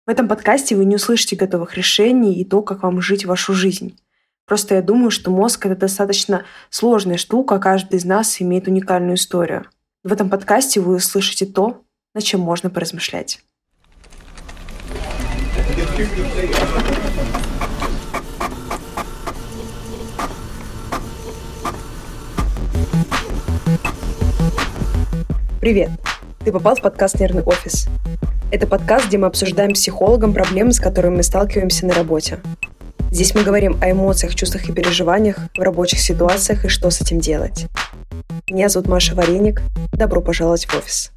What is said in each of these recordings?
В этом подкасте вы не услышите готовых решений и то, как вам жить вашу жизнь. Просто я думаю, что мозг — это достаточно сложная штука, а каждый из нас имеет уникальную историю. В этом подкасте вы услышите то, над чем можно поразмышлять. Привет! Ты попал в подкаст «Нервный офис». Это подкаст, где мы обсуждаем с психологом проблемы, с которыми мы сталкиваемся на работе. Здесь мы говорим о эмоциях, чувствах и переживаниях в рабочих ситуациях и что с этим делать. Меня зовут Маша Вареник. Добро пожаловать в офис.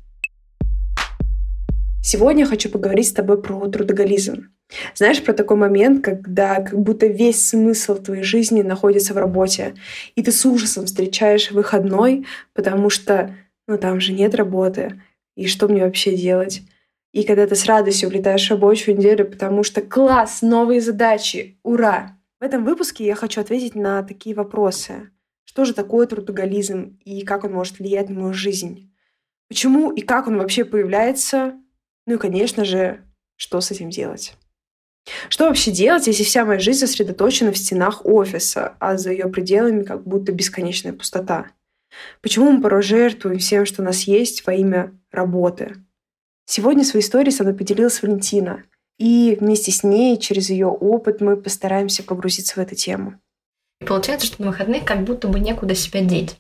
Сегодня я хочу поговорить с тобой про трудоголизм. Знаешь, про такой момент, когда как будто весь смысл твоей жизни находится в работе, и ты с ужасом встречаешь выходной, потому что там же нет работы, и что мне вообще делать? И когда ты с радостью влетаешь в рабочую неделю, потому что класс, новые задачи, ура! В этом выпуске я хочу ответить на такие вопросы. Что же такое трудоголизм и как он может влиять на мою жизнь? Почему и как он вообще появляется? Ну и, конечно же, что с этим делать? Что вообще делать, если вся моя жизнь сосредоточена в стенах офиса, а за ее пределами как будто бесконечная пустота? Почему мы порой жертвуем всем, что у нас есть, во имя работы? Сегодня своей историей со мной поделилась Валентина. И вместе с ней, через ее опыт, мы постараемся погрузиться в эту тему. Получается, что на выходных как будто бы некуда себя деть.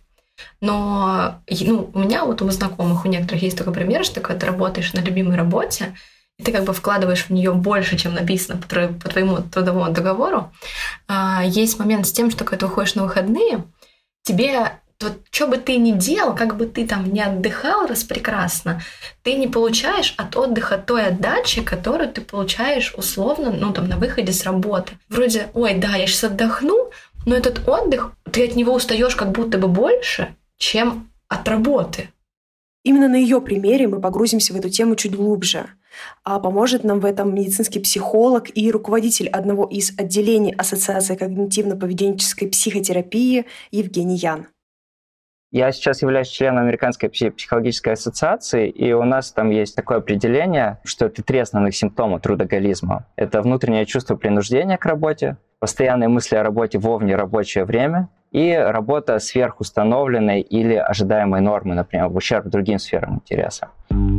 Но у меня, у знакомых, у некоторых есть такой пример, что когда ты работаешь на любимой работе, и ты как бы вкладываешь в нее больше, чем написано по твоему трудовому договору, есть момент с тем, что когда ты выходишь на выходные, тебе... что бы ты ни делал, как бы ты там не отдыхал распрекрасно, ты не получаешь от отдыха той отдачи, которую ты получаешь условно, на выходе с работы. Вроде, я сейчас отдохну, но этот отдых, ты от него устаешь как будто бы больше, чем от работы. Именно на ее примере мы погрузимся в эту тему чуть глубже. А поможет нам в этом медицинский психолог и руководитель одного из отделений Ассоциации когнитивно-поведенческой психотерапии Евгений Ян. Я сейчас являюсь членом Американской психологической ассоциации, и у нас там есть такое определение, что это 3 основных симптома трудоголизма. Это внутреннее чувство принуждения к работе, постоянные мысли о работе во внерабочее время и работа сверхустановленной или ожидаемой нормы, например, в ущерб другим сферам интереса.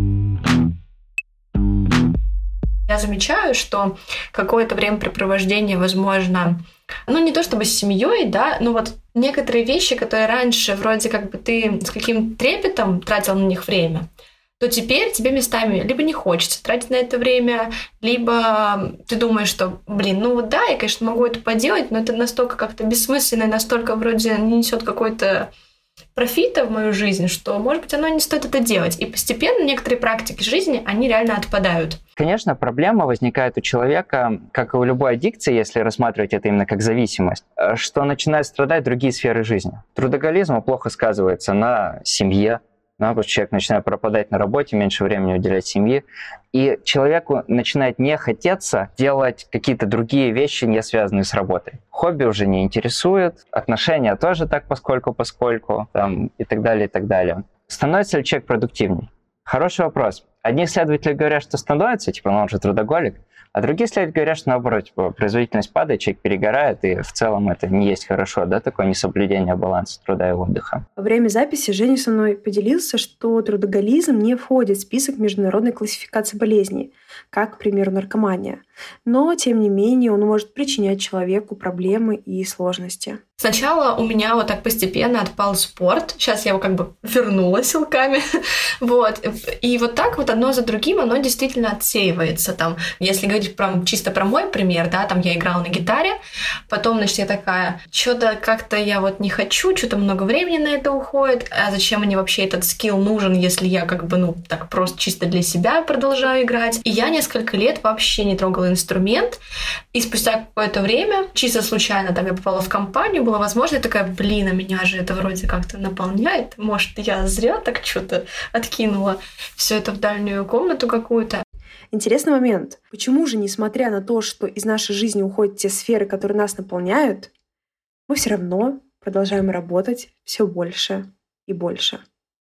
Я замечаю, что какое-то времяпрепровождение, возможно, не то чтобы с семьей, да, но некоторые вещи, которые раньше вроде как бы ты с каким трепетом тратил на них время, то теперь тебе местами либо не хочется тратить на это время, либо ты думаешь, что, я, конечно, могу это поделать, но это настолько как-то бессмысленно и настолько вроде не несет какой-то профита в мою жизнь, что, может быть, оно не стоит это делать. И постепенно некоторые практики жизни, они реально отпадают. Конечно, проблема возникает у человека, как и у любой аддикции, если рассматривать это именно как зависимость, что начинают страдать другие сферы жизни. Трудоголизм плохо сказывается на семье, потому что человек начинает пропадать на работе, меньше времени уделять семье, и человеку начинает не хотеться делать какие-то другие вещи, не связанные с работой. Хобби уже не интересует, отношения тоже так поскольку, и так далее, и так далее. Становится ли человек продуктивней? Хороший вопрос. Одни исследователи говорят, что становится, он же трудоголик, а другие исследователи говорят, что наоборот, производительность падает, человек перегорает, и в целом это не есть хорошо, такое несоблюдение баланса труда и отдыха. Во время записи Женя со мной поделился, что трудоголизм не входит в список международной классификации болезней, как, к примеру, наркомания. Но, тем не менее, он может причинять человеку проблемы и сложности. Сначала у меня так постепенно отпал спорт. Сейчас я его как бы вернула силками. И так одно за другим оно действительно отсеивается. Если говорить чисто про мой пример, я играла на гитаре, потом, я такая, что-то как-то я не хочу, что-то много времени на это уходит, а зачем мне вообще этот скилл нужен, если я так просто чисто для себя продолжаю играть. И я несколько лет вообще не трогала инструмент, и спустя какое-то время, чисто случайно я попала в компанию, была возможность, такая, а меня же это вроде как-то наполняет, может, я зря так что-то откинула все это в дальнюю комнату какую-то. Интересный момент. Почему же, несмотря на то, что из нашей жизни уходят те сферы, которые нас наполняют, мы все равно продолжаем работать все больше и больше?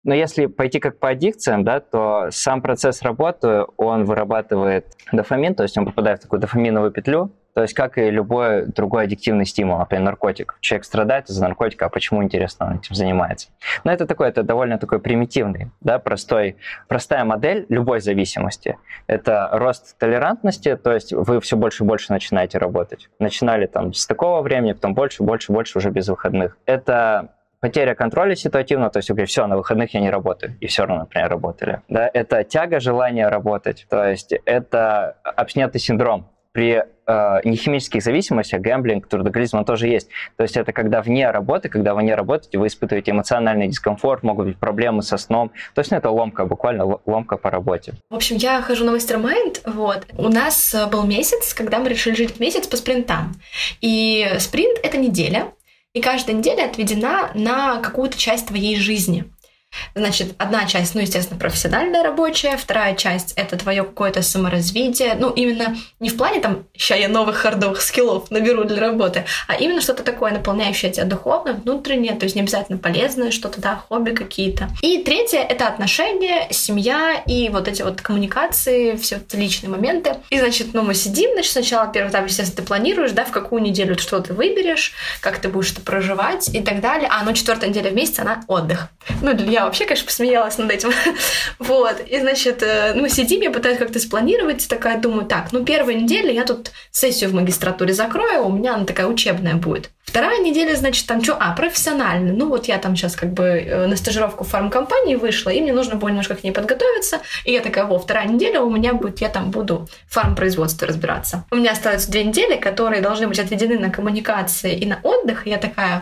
Но если пойти как по аддикциям, да, то сам процесс работы, он вырабатывает дофамин, то есть он попадает в такую дофаминовую петлю, то есть как и любой другой аддиктивный стимул, например, наркотик. Человек страдает из-за наркотика, а почему, интересно, он этим занимается? Но это довольно такой примитивный, да, простая модель любой зависимости. Это рост толерантности, то есть вы все больше и больше начинаете работать. Начинали там с такого времени, потом больше уже без выходных. Это потеря контроля ситуативного, то есть вы говорите, все, на выходных я не работаю, и все равно, например, работали. Да? Это тяга, желание работать, то есть это абстинентный синдром. При нехимических зависимостях, гэмблинг, трудоголизм, он тоже есть. То есть это когда вне работы, когда вы не работаете, вы испытываете эмоциональный дискомфорт, могут быть проблемы со сном. То есть это ломка, буквально ломка по работе. В общем, я хожу на мастер-майнд. Вот. У нас был месяц, когда мы решили жить месяц по спринтам. И спринт — это неделя. И каждая неделя отведена на какую-то часть твоей жизни. Значит, одна часть, естественно, профессиональная, рабочая, вторая часть — это твое какое-то саморазвитие, именно не в плане там, ща я новых хардовых скиллов наберу для работы, а именно что-то такое, наполняющее тебя духовно, внутреннее, то есть не обязательно полезное что-то, да, хобби какие-то. И третье — это отношения, семья и вот эти вот коммуникации, все это личные моменты. И, значит, мы сидим, сначала первый этап, естественно, ты планируешь, да, в какую неделю что ты выберешь, как ты будешь это проживать и так далее. Четвертая неделя в месяц, она отдых. Я вообще, конечно, посмеялась над этим. Вот. И, значит, мы сидим, я пытаюсь как-то спланировать, такая думаю, первая неделя я тут сессию в магистратуре закрою, у меня она такая учебная будет. Вторая неделя, значит, там профессионально. Я там сейчас на стажировку в фармкомпании вышла, и мне нужно было немножко к ней подготовиться. И я такая, вторая неделя у меня будет, я там буду в фармпроизводстве разбираться. У меня остаются 2 недели, которые должны быть отведены на коммуникации и на отдых. И я такая,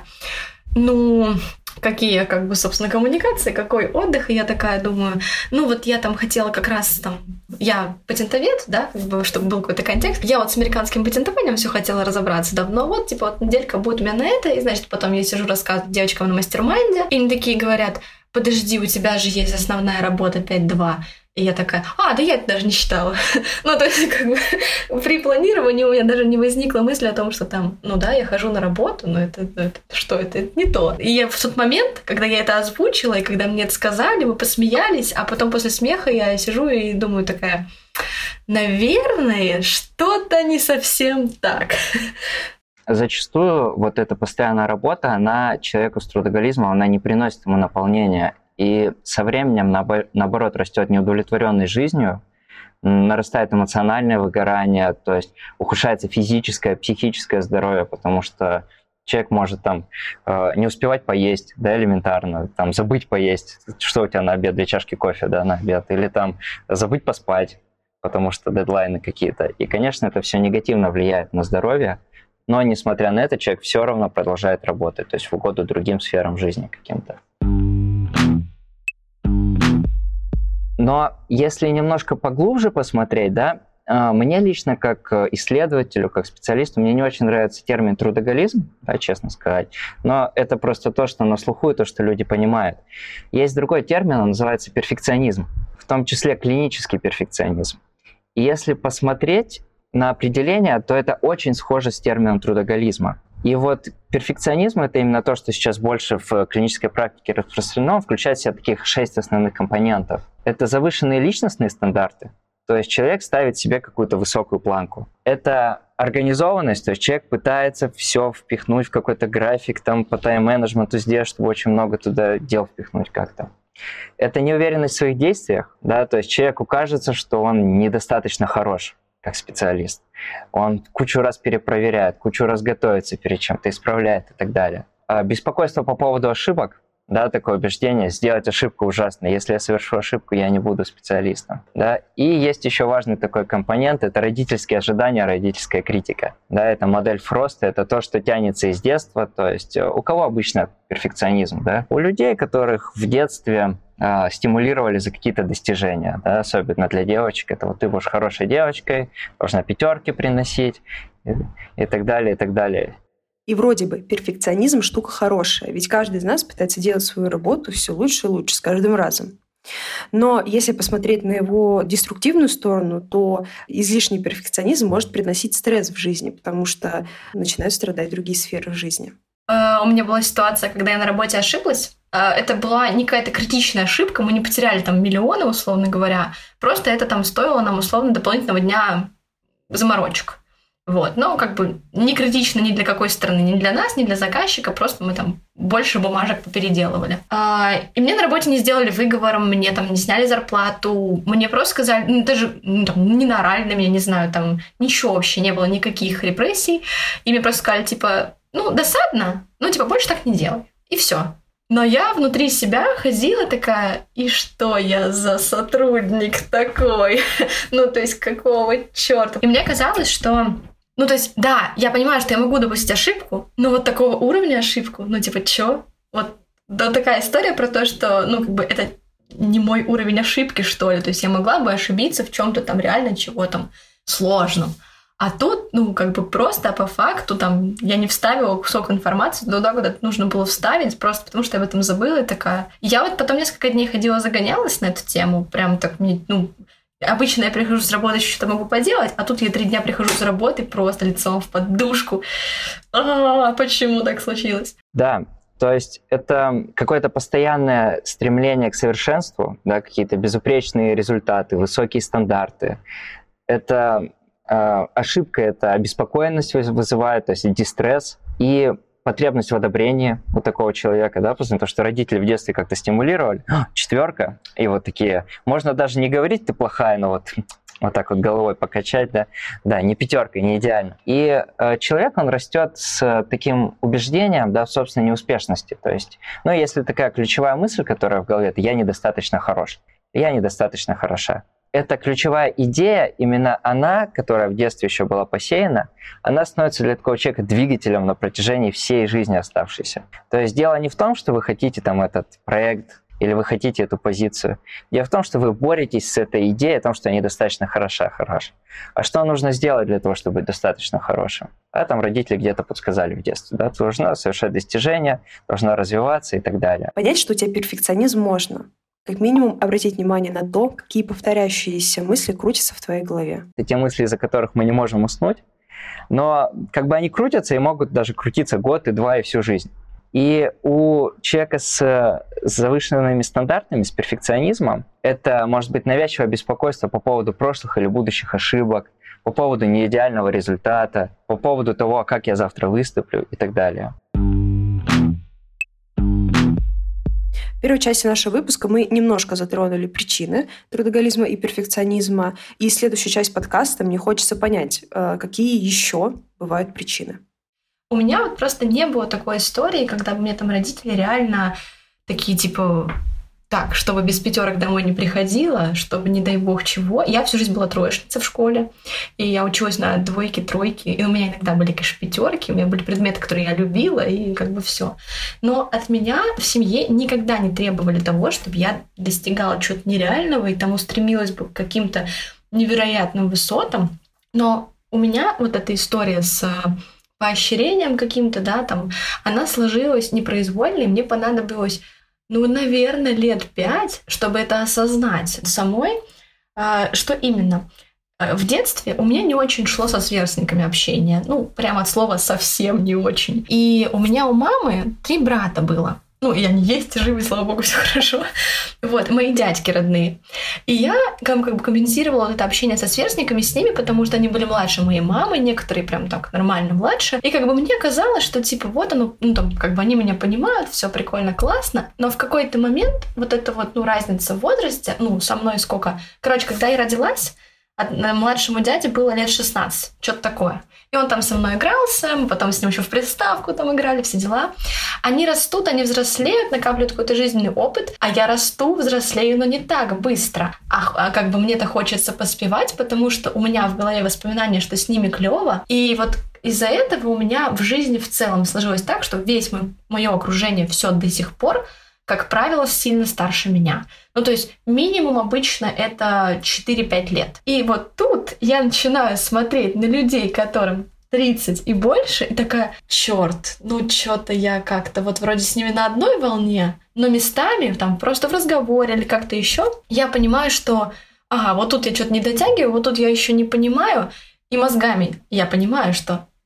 какие, собственно, коммуникации, какой отдых, и я такая думаю, я там хотела как раз я патентовед, да, чтобы был какой-то контекст, я с американским патентованием все хотела разобраться давно, неделька будет у меня на это, и, значит, потом я сижу рассказывать девочкам на мастер-майнде, и они такие говорят, подожди, у тебя же есть основная работа 5-2, и я такая, да я это даже не считала. То есть, при планировании у меня даже не возникла мысль о том, что там, я хожу на работу, но это не то. И я в тот момент, когда я это озвучила, и когда мне это сказали, мы посмеялись, а потом после смеха я сижу и думаю такая, наверное, что-то не совсем так. Зачастую вот эта постоянная работа, она человеку с трудоголизмом, она не приносит ему наполнения. И со временем, наоборот, растет неудовлетворенность жизнью, нарастает эмоциональное выгорание, то есть ухудшается физическое, психическое здоровье, потому что человек может не успевать поесть, да, элементарно, забыть поесть, что у тебя на обед, 2 чашки кофе, да, на обед, или забыть поспать, потому что дедлайны какие-то. И, конечно, это все негативно влияет на здоровье, но, несмотря на это, человек все равно продолжает работать, то есть в угоду другим сферам жизни каким-то. Но если немножко поглубже посмотреть, да, мне лично как исследователю, как специалисту, мне не очень нравится термин трудоголизм, да, честно сказать, но это просто то, что на слуху и то, что люди понимают. Есть другой термин, он называется перфекционизм, в том числе клинический перфекционизм. И если посмотреть на определение, то это очень схоже с термином трудоголизма. И перфекционизм — это именно то, что сейчас больше в клинической практике распространено, включает в себя таких 6 основных компонентов. Это завышенные личностные стандарты, то есть человек ставит себе какую-то высокую планку. Это организованность, то есть человек пытается все впихнуть в какой-то график, по тайм-менеджменту сделать, чтобы очень много туда дел впихнуть как-то. Это неуверенность в своих действиях, да, то есть человеку кажется, что он недостаточно хорош как специалист. Он кучу раз перепроверяет, кучу раз готовится перед чем-то, исправляет и так далее. Беспокойство по поводу ошибок, да, такое убеждение, сделать ошибку ужасно. Если я совершу ошибку, я не буду специалистом. Да? И есть еще важный такой компонент, это родительские ожидания, родительская критика. Да? Это модель Фроста, это то, что тянется из детства. То есть у кого обычно перфекционизм? Да? У людей, которых в детстве стимулировали за какие-то достижения, да? Особенно для девочек. Это ты будешь хорошей девочкой, должна 5 приносить и так далее, и так далее. И вроде бы перфекционизм штука хорошая, ведь каждый из нас пытается делать свою работу все лучше и лучше с каждым разом. Но если посмотреть на его деструктивную сторону, то излишний перфекционизм может приносить стресс в жизни, потому что начинают страдать другие сферы в жизни. У меня была ситуация, когда я на работе ошиблась, это была не какая-то критичная ошибка, мы не потеряли там миллионы, условно говоря, просто это там стоило нам условно дополнительного дня заморочек. Вот, но как бы не критично ни для какой стороны, ни для нас, ни для заказчика, просто мы там больше бумажек попеределывали. И мне на работе не сделали выговор, мне там не сняли зарплату, мне просто сказали, даже там, не наорали на меня, не знаю, там ничего вообще не было, никаких репрессий, и мне просто сказали, типа, досадно, больше так не делай, и все. Но я внутри себя ходила такая, и что я за сотрудник такой? То есть, какого черта? И мне казалось, что... да, я понимаю, что я могу допустить ошибку, но вот такого уровня ошибку, чё? Вот такая история про то, что, это не мой уровень ошибки, что ли. То есть я могла бы ошибиться в чем-то там реально чего там сложном. А тут, просто по факту, там, я не вставила кусок информации туда, куда нужно было вставить, просто потому что я об этом забыла и такая... Я вот потом несколько дней ходила, загонялась на эту тему, прям так мне, обычно я прихожу с работы, еще что-то могу поделать, а тут я 3 дня прихожу с работы просто лицом в подушку. Почему так случилось? Да, то есть это какое-то постоянное стремление к совершенству, да, какие-то безупречные результаты, высокие стандарты. Это... ошибка — это обеспокоенность вызывает, то есть дистресс и потребность в одобрении у такого человека, да, потому что родители в детстве как-то стимулировали, 4, и вот такие, можно даже не говорить, ты плохая, но вот так вот головой покачать, да, не 5, не идеально. И человек, он растет с таким убеждением, да, в собственной неуспешности, то есть, если такая ключевая мысль, которая в голове, это я недостаточно хорош, я недостаточно хороша. Эта ключевая идея, именно она, которая в детстве еще была посеяна, она становится для такого человека двигателем на протяжении всей жизни оставшейся. То есть дело не в том, что вы хотите там этот проект или вы хотите эту позицию. Дело в том, что вы боретесь с этой идеей о том, что я недостаточно хорош. А что нужно сделать для того, чтобы быть достаточно хорошим? А там родители где-то подсказали в детстве. Да? Ты должна совершать достижения, должна развиваться и так далее. Понять, что у тебя перфекционизм можно. Как минимум обратить внимание на то, какие повторяющиеся мысли крутятся в твоей голове. Это те мысли, из-за которых мы не можем уснуть, но они крутятся и могут даже крутиться год и 2 и всю жизнь. И у человека с завышенными стандартами, с перфекционизмом, это может быть навязчивое беспокойство по поводу прошлых или будущих ошибок, по поводу неидеального результата, по поводу того, как я завтра выступлю и так далее. В первой части нашего выпуска мы немножко затронули причины трудоголизма и перфекционизма. И следующую часть подкаста мне хочется понять, какие еще бывают причины. У меня вот просто не было такой истории, когда бы мне там родители реально такие типа... Так, чтобы без 5 домой не приходила, чтобы, не дай бог, чего. Я всю жизнь была троечница в школе, и я училась на 2, 3, и у меня иногда были, конечно, 5, у меня были предметы, которые я любила, и как бы все. Но от меня в семье никогда не требовали того, чтобы я достигала чего-то нереального и тому стремилась бы к каким-то невероятным высотам. Но у меня вот эта история с поощрением каким-то, да, там, она сложилась непроизвольно, и мне понадобилось наверное, лет 5, чтобы это осознать самой. Что именно? В детстве у меня не очень шло со сверстниками общение. Прямо от слова совсем не очень. И у меня у мамы 3 брата было. И они есть, живы, слава богу, все хорошо. Вот, мои дядьки родные. И я как бы компенсировала вот это общение со сверстниками с ними, потому что они были младше моей мамы, некоторые прям так нормально младше. И как бы мне казалось, что типа вот оно, как бы они меня понимают, все прикольно, классно. Но в какой-то момент вот эта вот, разница в возрасте, со мной сколько... Короче, когда я родилась, младшему дяде было лет 16, что-то такое. И он там со мной игрался, мы потом с ним еще в приставку там играли, все дела. Они растут, они взрослеют, накапливают какой-то жизненный опыт, а я расту, взрослею, но не так быстро. А как бы мне-то хочется поспевать, потому что у меня в голове воспоминания, что с ними клево. И вот из-за этого у меня в жизни в целом сложилось так, что весь мое окружение все до сих пор, как правило, сильно старше меня. То есть минимум обычно это 4-5 лет. И вот тут я начинаю смотреть на людей, которым 30 и больше, и такая, черт, что-то я как-то вот вроде с ними на одной волне, но местами, там просто в разговоре или как-то еще, я понимаю, что, вот тут я что-то не дотягиваю, вот тут я еще не понимаю, и мозгами я понимаю, что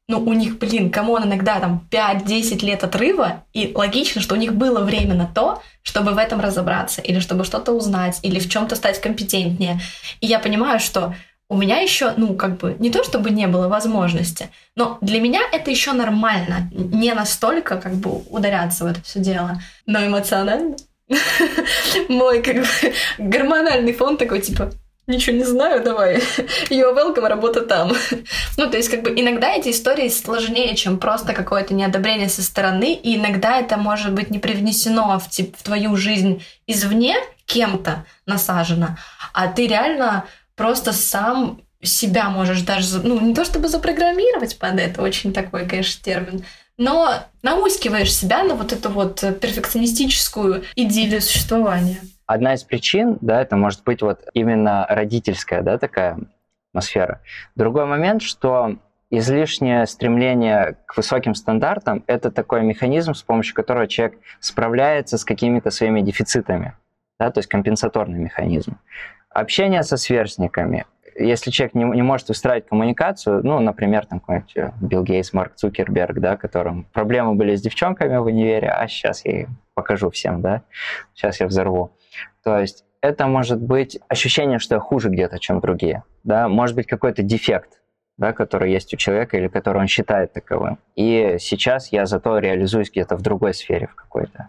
у них, камон, иногда там 5-10 лет отрыва, и логично, что у них было время на то, чтобы в этом разобраться, или чтобы что-то узнать, или в чем-то стать компетентнее. И я понимаю, что у меня еще, не то чтобы не было возможности, но для меня это еще нормально, не настолько ударяться в это все дело, но эмоционально. Мой гормональный фон такой, ничего не знаю, давай, you're welcome, работа там. То есть, иногда эти истории сложнее, чем просто какое-то неодобрение со стороны, и иногда это может быть не привнесено в твою жизнь извне кем-то насажено, а ты реально просто сам себя можешь даже, не то чтобы запрограммировать под это, очень такой, конечно, термин, но наускиваешь себя на вот эту вот перфекционистическую идиллию существования. Одна из причин, это может быть вот именно родительская, такая атмосфера. Другой момент, что излишнее стремление к высоким стандартам – это такой механизм, с помощью которого человек справляется с какими-то своими дефицитами, то есть компенсаторный механизм. Общение со сверстниками. Если человек не может выстраивать коммуникацию, например, какой-нибудь Билл Гейтс, Марк Цукерберг, которым проблемы были с девчонками в универе, а сейчас я им покажу всем, сейчас я взорву. То есть это может быть ощущение, что я хуже где-то, чем другие. Может быть какой-то дефект, который есть у человека или который он считает таковым. И сейчас я зато реализуюсь где-то в другой сфере в какой-то.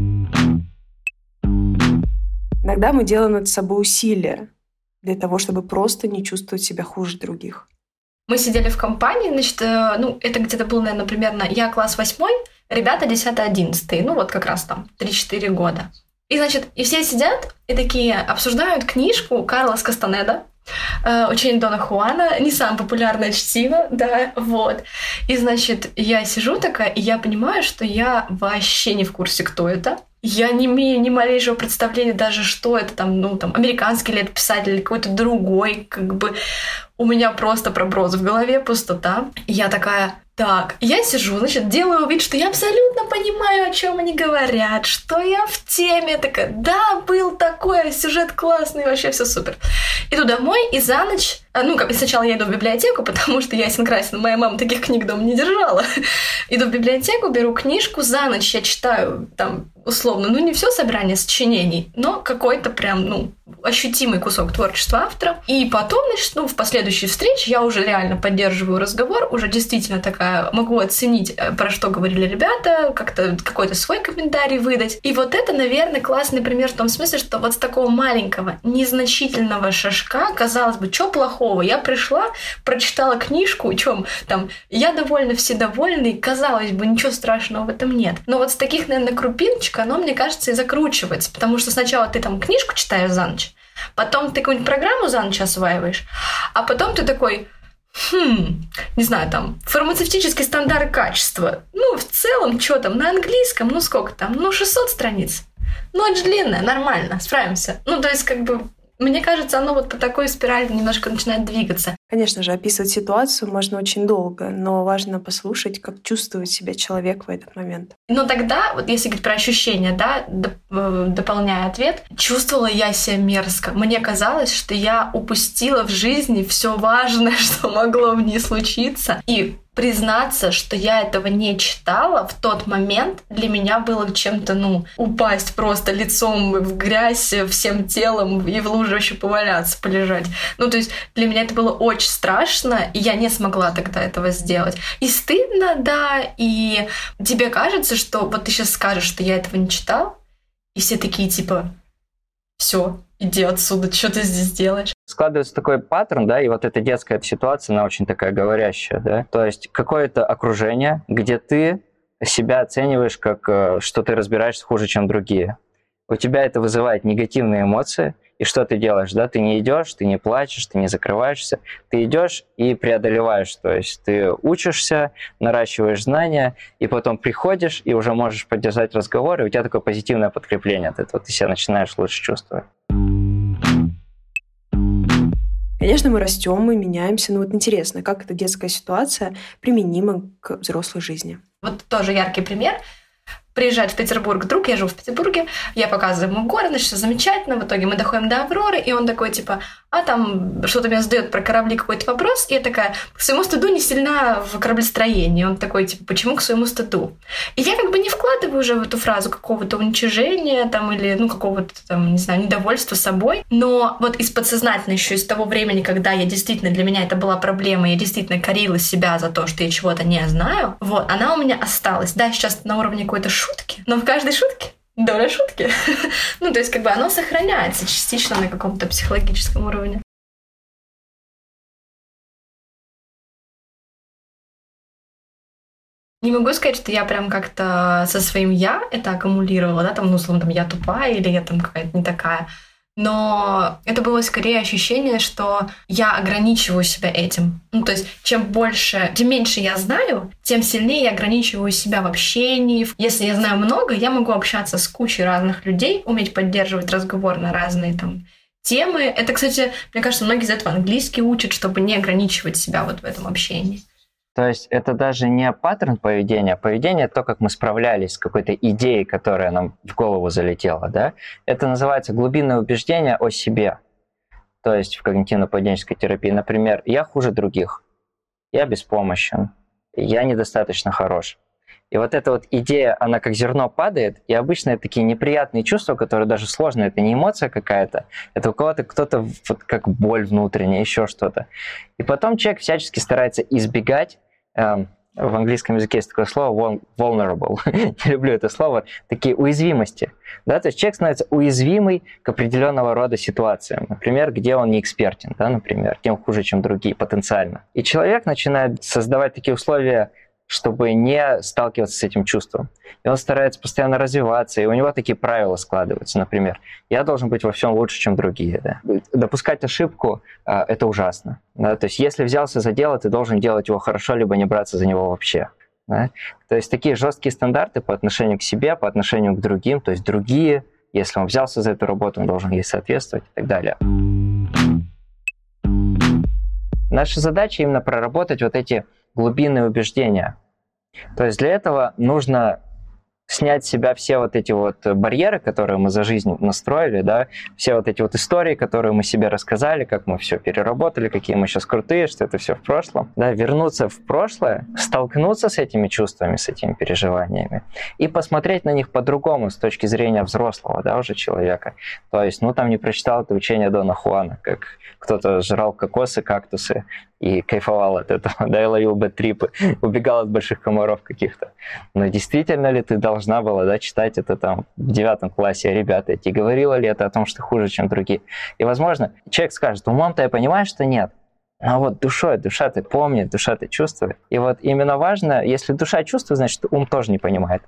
Иногда мы делаем над собой усилия для того, чтобы просто не чувствовать себя хуже других. Мы сидели в компании, это где-то было, наверное, примерно я класс 8, ребята 10-11, как раз там 3-4 года. И, и все сидят и такие обсуждают книжку Карлос Кастанеда «Учение Дона Хуана», не самое популярное чтиво, И, я сижу такая, и я понимаю, что я вообще не в курсе, кто это. Я не имею ни малейшего представления даже, что это американский ли это писатель или какой-то другой, у меня просто проброс в голове, пустота. И я такая, я сижу, делаю вид, что я абсолютно понимаю, о чем они говорят, что я в теме, такая, был такой, сюжет классный, вообще все супер. Иду домой, и за ночь, сначала я иду в библиотеку, потому что ясен красен, моя мама таких книг дома не держала. Иду в библиотеку, беру книжку, за ночь я читаю, условно, не все собрание сочинений, но какой-то прям, ощутимый кусок творчества автора. И потом, в последующей встрече я уже реально поддерживаю разговор, уже действительно такая, могу оценить, про что говорили ребята, как-то какой-то свой комментарий выдать. И вот это, наверное, классный пример в том смысле, что вот с такого маленького, незначительного шажка, казалось бы, что плохого? Я пришла, прочитала книжку, я довольна, все довольны, и, казалось бы, ничего страшного в этом нет. Но вот с таких, наверное, крупиночек оно, мне кажется, и закручивается, потому что сначала ты книжку читаешь за ночь, потом ты какую-нибудь программу за ночь осваиваешь, а потом ты такой, фармацевтический стандарт качества. В целом, что там, на английском, сколько там, 600 страниц. Это же длинное, нормально, справимся. То есть, мне кажется, оно вот по такой спирали немножко начинает двигаться. Конечно же, описывать ситуацию можно очень долго, но важно послушать, как чувствует себя человек в этот момент. Но тогда, если говорить про ощущения, дополняя ответ, чувствовала я себя мерзко. Мне казалось, что я упустила в жизни все важное, что могло в ней случиться. И признаться, что я этого не читала в тот момент, для меня было чем-то, упасть просто лицом в грязь, всем телом и в луже вообще поваляться, полежать. То есть для меня это было очень страшно, и я не смогла тогда этого сделать. И стыдно, и тебе кажется, что вот ты сейчас скажешь, что я этого не читал, и все такие все, иди отсюда, что ты здесь делаешь? Складывается такой паттерн, и вот эта детская ситуация, она очень такая говорящая, То есть какое-то окружение, где ты себя оцениваешь как, что ты разбираешься хуже, чем другие. У тебя это вызывает негативные эмоции, и что ты делаешь, Ты не идешь, ты не плачешь, ты не закрываешься, ты идешь и преодолеваешь, то есть ты учишься, наращиваешь знания, и потом приходишь и уже можешь поддержать разговор, и у тебя такое позитивное подкрепление от этого, ты себя начинаешь лучше чувствовать. Конечно, мы растем, мы меняемся, но интересно, как эта детская ситуация применима к взрослой жизни. Вот тоже яркий пример. приезжает в Петербург друг, я живу в Петербурге, я показываю ему город, значит, все замечательно, в итоге мы доходим до Авроры, и он такой, типа, там что-то меня задает про корабли какой-то вопрос, и я такая, к своему стыду не сильна в кораблестроении. Он такой, типа, почему к своему стыду? И я как бы не вкладываю уже в эту фразу какого-то уничижения там, или, какого-то там, не знаю, недовольства собой, но вот из подсознательно еще из того времени, когда я действительно, для меня это была проблема, я действительно корила себя за то, что я чего-то не знаю, вот, она у меня осталась. Да, сейчас на уровне какой-то шутки, но в каждой шутке доля шутки. То есть, как бы оно сохраняется частично на каком-то психологическом уровне. Не могу сказать, что я прям как-то со своим «я» это аккумулировала, да, там, условно, там, я тупая или я там какая-то не такая. Но это было скорее ощущение, что я ограничиваю себя этим. То есть, чем меньше я знаю, тем сильнее я ограничиваю себя в общении. Если я знаю много, я могу общаться с кучей разных людей, уметь поддерживать разговор на разные там темы. Это, кстати, мне кажется, многие из этого английский учат, чтобы не ограничивать себя вот в этом общении. То есть это даже не паттерн поведения, а поведение то, как мы справлялись с какой-то идеей, которая нам в голову залетела, да? Это называется глубинное убеждение о себе. То есть в когнитивно-поведенческой терапии, например, я хуже других, я беспомощен, я недостаточно хорош. И вот эта вот идея, она как зерно падает, и обычно это такие неприятные чувства, которые даже сложно, это не эмоция какая-то, это у кого-то кто-то вот как боль внутренняя, еще что-то. И потом человек всячески старается избегать. В английском языке есть такое слово vulnerable. Я люблю это слово. Такие уязвимости. Да? То есть человек становится уязвимый к определенного рода ситуациям. Например, где он не экспертен, да, например, тем хуже, чем другие потенциально. И человек начинает создавать такие условия, чтобы не сталкиваться с этим чувством. И он старается постоянно развиваться, и у него такие правила складываются. Например, я должен быть во всем лучше, чем другие. Да? Допускать ошибку – это ужасно. Да? То есть если взялся за дело, ты должен делать его хорошо, либо не браться за него вообще. Да? То есть такие жесткие стандарты по отношению к себе, по отношению к другим. То есть другие, если он взялся за эту работу, он должен ей соответствовать и так далее. Наша задача именно проработать вот эти глубинные убеждения. То есть для этого нужно снять с себя все вот эти вот барьеры, которые мы за жизнь настроили, да, все вот эти вот истории, которые мы себе рассказали, как мы все переработали, какие мы сейчас крутые, что это все в прошлом, да, вернуться в прошлое, столкнуться с этими чувствами, с этими переживаниями и посмотреть на них по-другому с точки зрения взрослого, да, уже человека. То есть, там не прочитал это учение Дона Хуана, как кто-то жрал кокосы, кактусы и кайфовал от этого, да, и ловил бэд-трипы, убегал от больших комаров каких-то. Но действительно ли ты должна была, да, читать это там в 9 классе, ребята, тебе говорила ли это о том, что ты хуже, чем другие? И, возможно, человек скажет, умом-то я понимаю, что нет, а вот душой, душа-то помнит, душа-то чувствует. И вот именно важно, если душа чувствует, значит, ум тоже не понимает.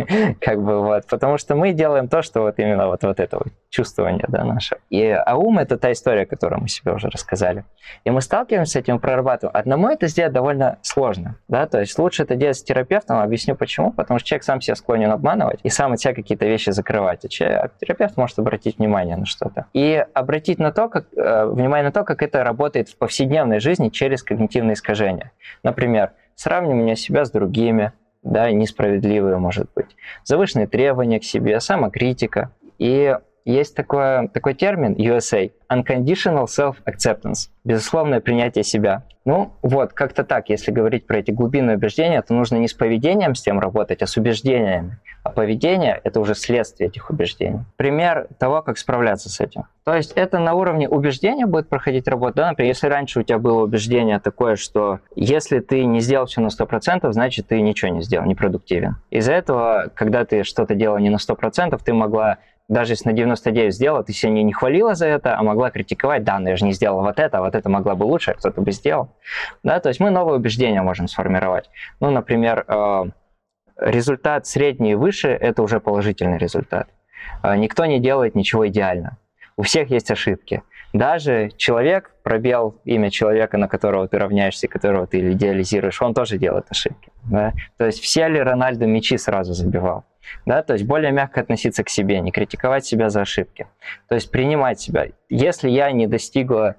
Потому что мы делаем то, что вот именно вот это вот чувствование, да, наше. А ум — это та история, которую мы себе уже рассказали. И мы сталкиваемся с этим, прорабатываем. Одному это сделать довольно сложно, да, то есть лучше это делать с терапевтом, объясню почему, потому что человек сам себя склонен обманывать и сам от себя какие-то вещи закрывать, а терапевт может обратить внимание на что-то. И обратить внимание на то, как это работает в повседневной жизни через когнитивные искажения. Например, сравнивание себя с другими, да, несправедливые, может быть, завышенные требования к себе, самокритика. И есть такой термин USA – unconditional self-acceptance, безусловное принятие себя. Как-то так, если говорить про эти глубинные убеждения, то нужно не с поведением с тем работать, а с убеждениями. А поведение – это уже следствие этих убеждений. Пример того, как справляться с этим. То есть это на уровне убеждения будет проходить работа. Да? Например, если раньше у тебя было убеждение такое, что если ты не сделал все на 100%, значит, ты ничего не сделал, непродуктивен. Из-за этого, когда ты что-то делал не на 100%, ты могла, даже если на 99 сделала, ты себя не хвалила за это, а могла критиковать, да, но я же не сделала вот это могла бы лучше, а кто-то бы сделал. Да? То есть мы новые убеждения можем сформировать. Например, результат средний и выше – это уже положительный результат. Никто не делает ничего идеально. У всех есть ошибки. Даже человек, пробел имя человека, на которого ты равняешься, которого ты идеализируешь, он тоже делает ошибки. Да? То есть все ли Рональдо мячи сразу забивал? Да? То есть более мягко относиться к себе, не критиковать себя за ошибки. То есть принимать себя. Если я не достигла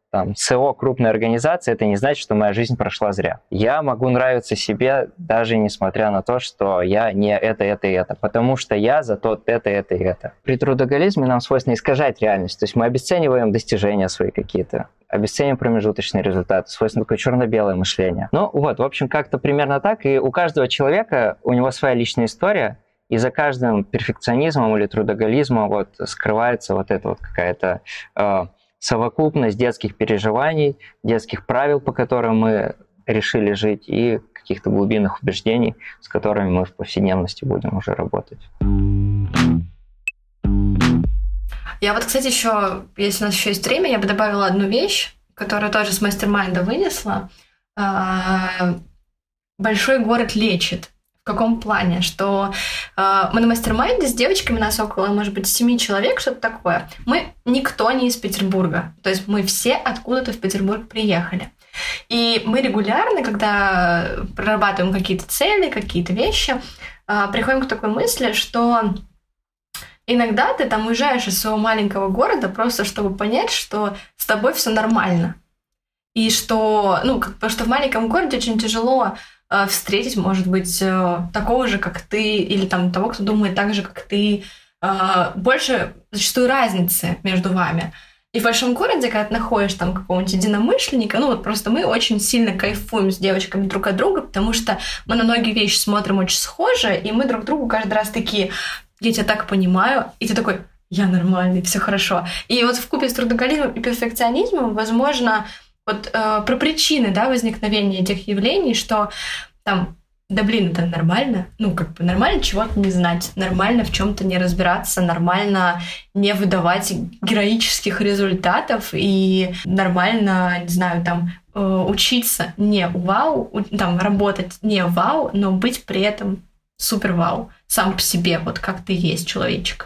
там, СО крупной организации, это не значит, что моя жизнь прошла зря. Я могу нравиться себе, даже несмотря на то, что я не это, потому что я зато это, и это. При трудоголизме нам свойственно искажать реальность, то есть мы обесцениваем достижения свои какие-то, обесцениваем промежуточные результаты, свойственно такое черно-белое мышление. Ну вот, в общем, как-то примерно так, и у каждого человека, у него своя личная история, и за каждым перфекционизмом или трудоголизмом вот скрывается вот эта вот какая-то совокупность детских переживаний, детских правил, по которым мы решили жить, и каких-то глубинных убеждений, с которыми мы в повседневности будем уже работать. Я вот, кстати, еще, если у нас еще есть время, я бы добавила одну вещь, которую тоже с мастер-майнда вынесла. Большой город лечит. В каком плане? Что мы на мастер-майнде с девочками, нас около, может быть, 7 человек, что-то такое. Мы никто не из Петербурга. То есть мы все откуда-то в Петербург приехали. И мы регулярно, когда прорабатываем какие-то цели, какие-то вещи, приходим к такой мысли, что иногда ты там уезжаешь из своего маленького города просто чтобы понять, что с тобой все нормально. И что, потому что в маленьком городе очень тяжело встретить, может быть, такого же, как ты, или там того, кто думает так же, как ты. Больше зачастую разницы между вами. И в большом городе, когда ты находишь там какого-нибудь единомышленника, просто мы очень сильно кайфуем с девочками друг от друга, потому что мы на многие вещи смотрим очень схоже, и мы друг другу каждый раз такие: я тебя так понимаю, и ты такой: я нормальный, все хорошо. И вот вкупе с трудоголизмом и перфекционизмом, возможно, вот про причины, возникновения этих явлений, что там, это нормально, нормально чего-то не знать, нормально в чем-то не разбираться, нормально не выдавать героических результатов и нормально, не знаю, учиться не вау, работать не вау, но быть при этом супер вау, сам по себе, вот как ты есть, человечек.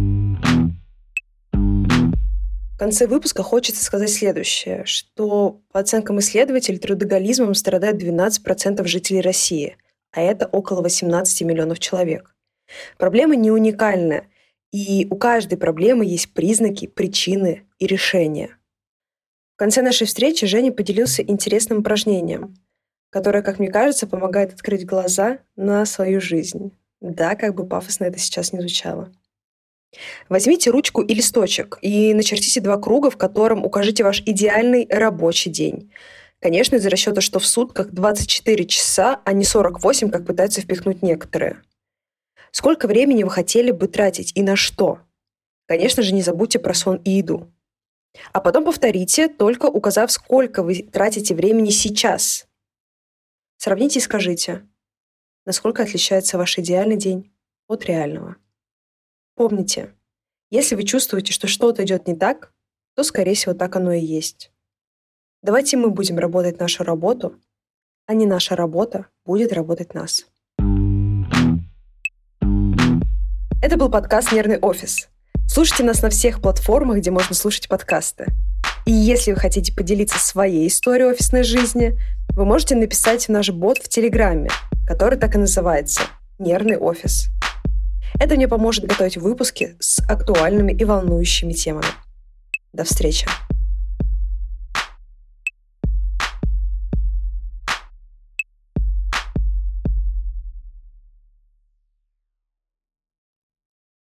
В конце выпуска хочется сказать следующее, что по оценкам исследователей трудоголизмом страдает 12% жителей России, а это около 18 миллионов человек. Проблема не уникальна, и у каждой проблемы есть признаки, причины и решения. В конце нашей встречи Женя поделился интересным упражнением, которое, как мне кажется, помогает открыть глаза на свою жизнь. Да, как бы пафосно это сейчас не звучало. Возьмите ручку и листочек и начертите 2 круга, в котором укажите ваш идеальный рабочий день. Конечно, из расчета, что в сутках 24 часа, а не 48, как пытаются впихнуть некоторые. Сколько времени вы хотели бы тратить и на что? Конечно же, не забудьте про сон и еду. А потом повторите, только указав, сколько вы тратите времени сейчас. Сравните и скажите, насколько отличается ваш идеальный день от реального. Помните, если вы чувствуете, что что-то идет не так, то, скорее всего, так оно и есть. Давайте мы будем работать нашу работу, а не наша работа будет работать нас. Это был подкаст «Нервный офис». Слушайте нас на всех платформах, где можно слушать подкасты. И если вы хотите поделиться своей историей офисной жизни, вы можете написать в наш бот в Телеграме, который так и называется «Нервный офис». Это мне поможет готовить выпуски с актуальными и волнующими темами. До встречи!